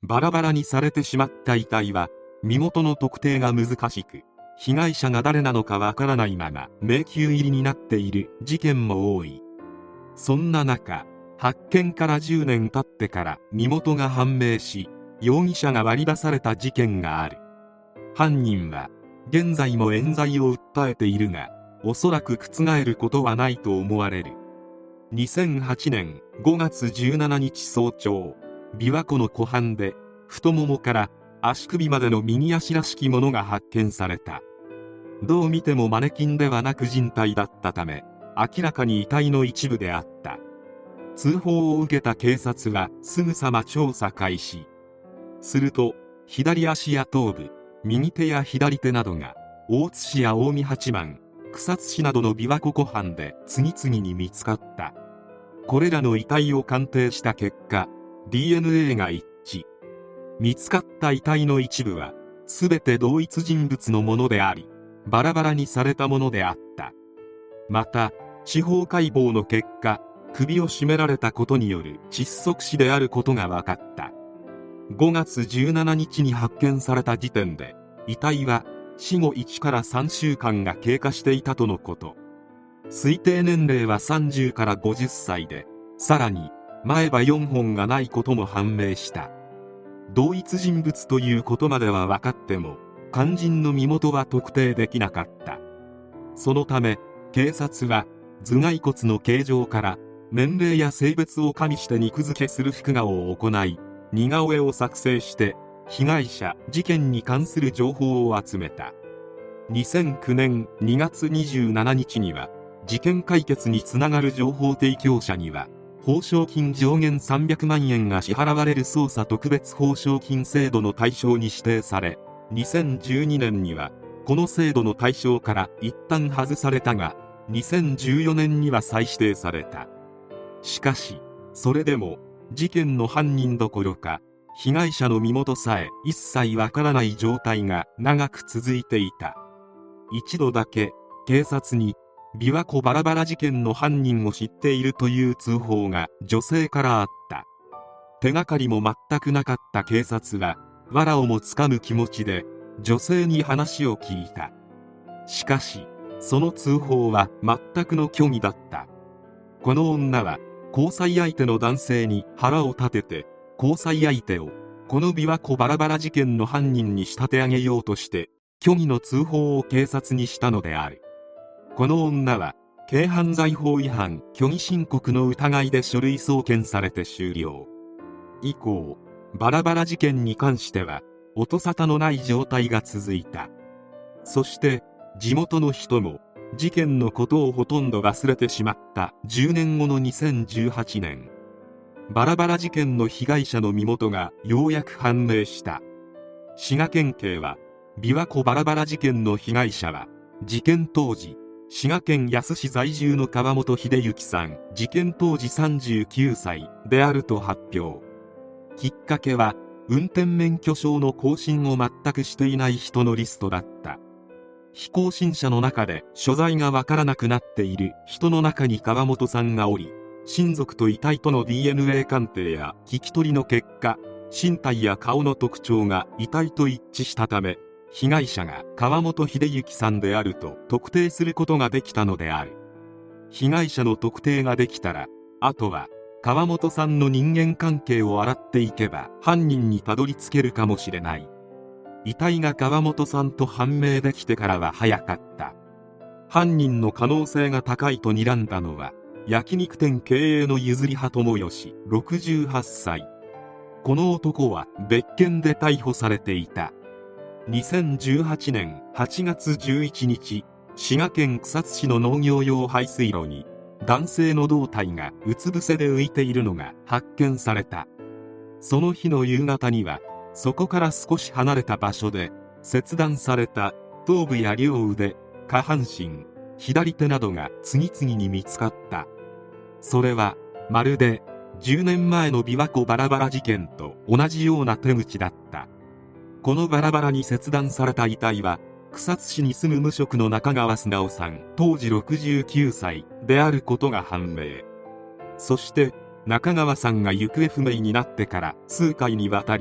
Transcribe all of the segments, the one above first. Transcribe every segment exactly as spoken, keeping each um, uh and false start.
バラバラにされてしまった遺体は身元の特定が難しく、被害者が誰なのかわからないまま迷宮入りになっている事件も多い。そんな中、発見からじゅうねん経ってから身元が判明し、容疑者が割り出された事件がある。犯人は現在も冤罪を訴えているが、おそらく覆ることはないと思われる。にせんはちねんごがつじゅうしちにち早朝、琵琶湖の湖畔で太ももから足首までの右足らしきものが発見された。どう見てもマネキンではなく人体だったため、明らかに遺体の一部であった。通報を受けた警察はすぐさま調査開始。すると、左足や頭部、右手や左手などが大津市や近江八幡、草津市などの琵琶湖湖畔で次々に見つかった。これらの遺体を鑑定した結果、 ディーエヌエー が一致。見つかった遺体の一部は全て同一人物のものであり、バラバラにされたものであった。また司法解剖の結果、首を絞められたことによる窒息死であることが分かった。ごがつじゅうしちにちに発見された時点で、遺体は死後いちからさんしゅうかんが経過していたとのこと。推定年齢はさんじゅうからごじゅっさいで、さらに前歯よんほんがないことも判明した。同一人物ということまでは分かっても、肝心の身元は特定できなかった。そのため警察は頭蓋骨の形状から年齢や性別を加味して肉付けする複顔を行い、似顔絵を作成して被害者事件に関する情報を集めた。にせんきゅうねんにがつにじゅうしちにちには事件解決につながる情報提供者には報奨金上限さんびゃくまんえんが支払われる捜査特別報奨金制度の対象に指定され、にせんじゅうにねんにはこの制度の対象から一旦外されたが、にせんじゅうよねんには再指定された。しかしそれでも事件の犯人どころか被害者の身元さえ一切わからない状態が長く続いていた。一度だけ警察に琵琶湖バラバラ事件の犯人を知っているという通報が女性からあった。手がかりも全くなかった警察は藁をもつかむ気持ちで女性に話を聞いた。しかしその通報は全くの虚偽だった。この女は交際相手の男性に腹を立てて、交際相手をこの琵琶湖バラバラ事件の犯人に仕立て上げようとして虚偽の通報を警察にしたのである。この女は軽犯罪法違反虚偽申告の疑いで書類送検されて終了。以降バラバラ事件に関しては音沙汰のない状態が続いた。そして地元の人も事件のことをほとんど忘れてしまったじゅうねんごのにせんじゅうはちねん、バラバラ事件の被害者の身元がようやく判明した。滋賀県警は琵琶湖バラバラ事件の被害者は事件当時滋賀県野洲市在住の川本秀行さん、事件当時さんじゅうきゅうさいであると発表。きっかけは運転免許証の更新を全くしていない人のリストだった。非更新者の中で所在がわからなくなっている人の中に川本さんがおり、親族と遺体との ディーエヌエー 鑑定や聞き取りの結果、身体や顔の特徴が遺体と一致したため、被害者が川本秀行さんであると特定することができたのである。被害者の特定ができたら、あとは川本さんの人間関係を洗っていけば犯人にたどり着けるかもしれない。遺体が川本さんと判明できてからは早かった。犯人の可能性が高いと睨んだのは焼肉店経営の譲り派友義ろくじゅうはっさい。この男は別件で逮捕されていた。にせんじゅうはちねんはちがつじゅういちにち、滋賀県草津市の農業用排水路に男性の胴体がうつ伏せで浮いているのが発見された。その日の夕方にはそこから少し離れた場所で切断された頭部や両腕、下半身、左手などが次々に見つかった。それはまるでじゅうねんまえの琵琶湖バラバラ事件と同じような手口だった。このバラバラに切断された遺体は草津市に住む無職の中川直さん、当時ろくじゅうきゅうさいであることが判明。そして中川さんが行方不明になってから数回にわたり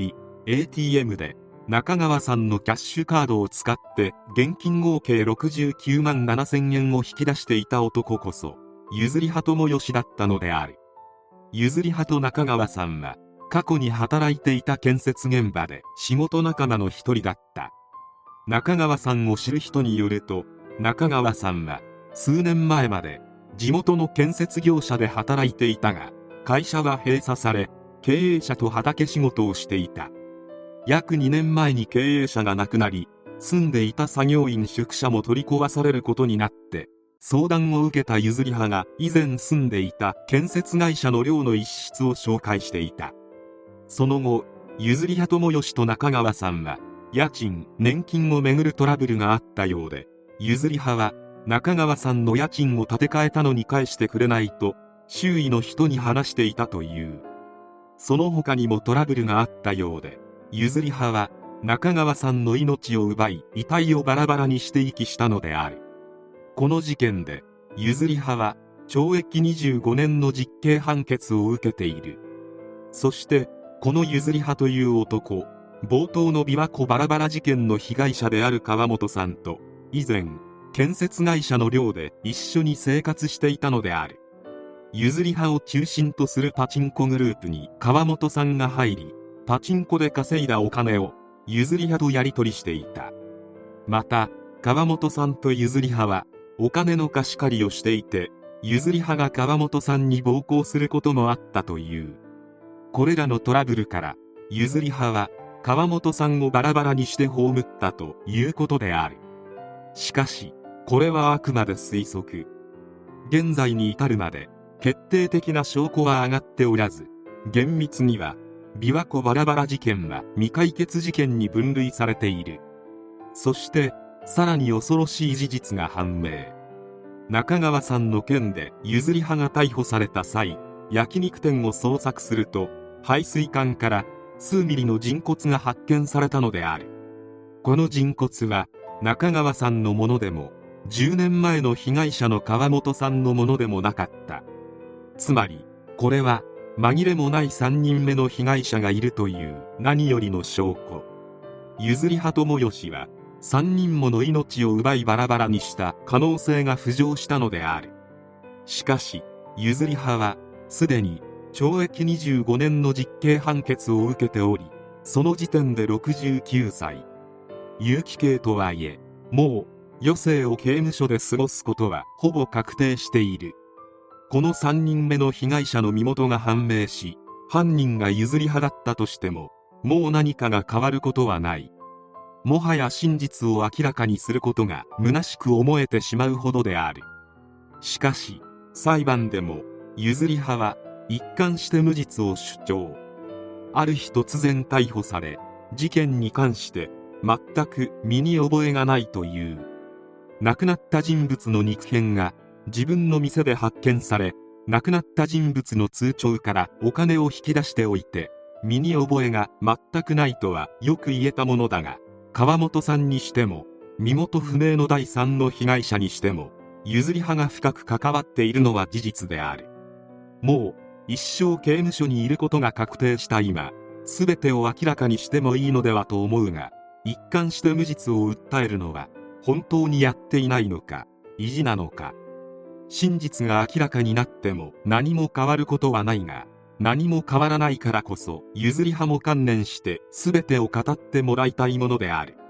エーティーエム で中川さんのキャッシュカードを使って現金合計ろくじゅうきゅうまんななせんえんを引き出していた男こそ譲り派友義だったのである。譲り派と中川さんは過去に働いていた建設現場で仕事仲間の一人だった。中川さんを知る人によると、中川さんは数年前まで地元の建設業者で働いていたが、会社は閉鎖され経営者と畑仕事をしていた。約にねんまえに経営者が亡くなり、住んでいた作業員宿舎も取り壊されることになって、相談を受けた譲り派が以前住んでいた建設会社の寮の一室を紹介していた。その後、譲り派友義と中川さんは家賃・年金をめぐるトラブルがあったようで、譲り派は中川さんの家賃を立て替えたのに返してくれないと周囲の人に話していたという。その他にもトラブルがあったようで、譲り派は中川さんの命を奪い遺体をバラバラにして遺棄したのである。この事件で譲り派は懲役にじゅうごねんの実刑判決を受けている。そしてこの譲り派という男、冒頭の琵琶湖バラバラ事件の被害者である川本さんと以前建設会社の寮で一緒に生活していたのである。譲り派を中心とするパチンコグループに川本さんが入り、パチンコで稼いだお金を譲り派とやり取りしていた。また川本さんと譲り派はお金の貸し借りをしていて、譲り派が川本さんに暴行することもあったという。これらのトラブルから譲り派は川本さんをバラバラにして葬ったということである。しかしこれはあくまで推測。現在に至るまで決定的な証拠は上がっておらず、厳密には琵琶湖バラバラ事件は未解決事件に分類されている。そしてさらに恐ろしい事実が判明。中川さんの件で譲り派が逮捕された際、焼肉店を捜索すると排水管から数ミリの人骨が発見されたのである。この人骨は中川さんのものでもじゅうねんまえの被害者の川本さんのものでもなかった。つまりこれは紛れもないさんにんめの被害者がいるという何よりの証拠。譲り派友義はさんにんもの命を奪いバラバラにした可能性が浮上したのである。しかし譲り派はすでに懲役にじゅうごねんの実刑判決を受けており、その時点でろくじゅうきゅうさい。有期刑とはいえもう余生を刑務所で過ごすことはほぼ確定している。このさんにんめの被害者の身元が判明し、犯人が譲り派だったとしてももう何かが変わることはない。もはや真実を明らかにすることが虚しく思えてしまうほどである。しかし裁判でも譲り派は一貫して無実を主張。ある日突然逮捕され、事件に関して全く身に覚えがないという。亡くなった人物の肉片が自分の店で発見され、亡くなった人物の通帳からお金を引き出しておいて身に覚えが全くないとはよく言えたものだが、川本さんにしても身元不明のだいさんの被害者にしても譲り派が深く関わっているのは事実である。もう一生刑務所にいることが確定した今、全てを明らかにしてもいいのではと思うが、一貫して無実を訴えるのは本当にやっていないのか、意地なのか。真実が明らかになっても何も変わることはないが、何も変わらないからこそ譲り派も観念して全てを語ってもらいたいものである。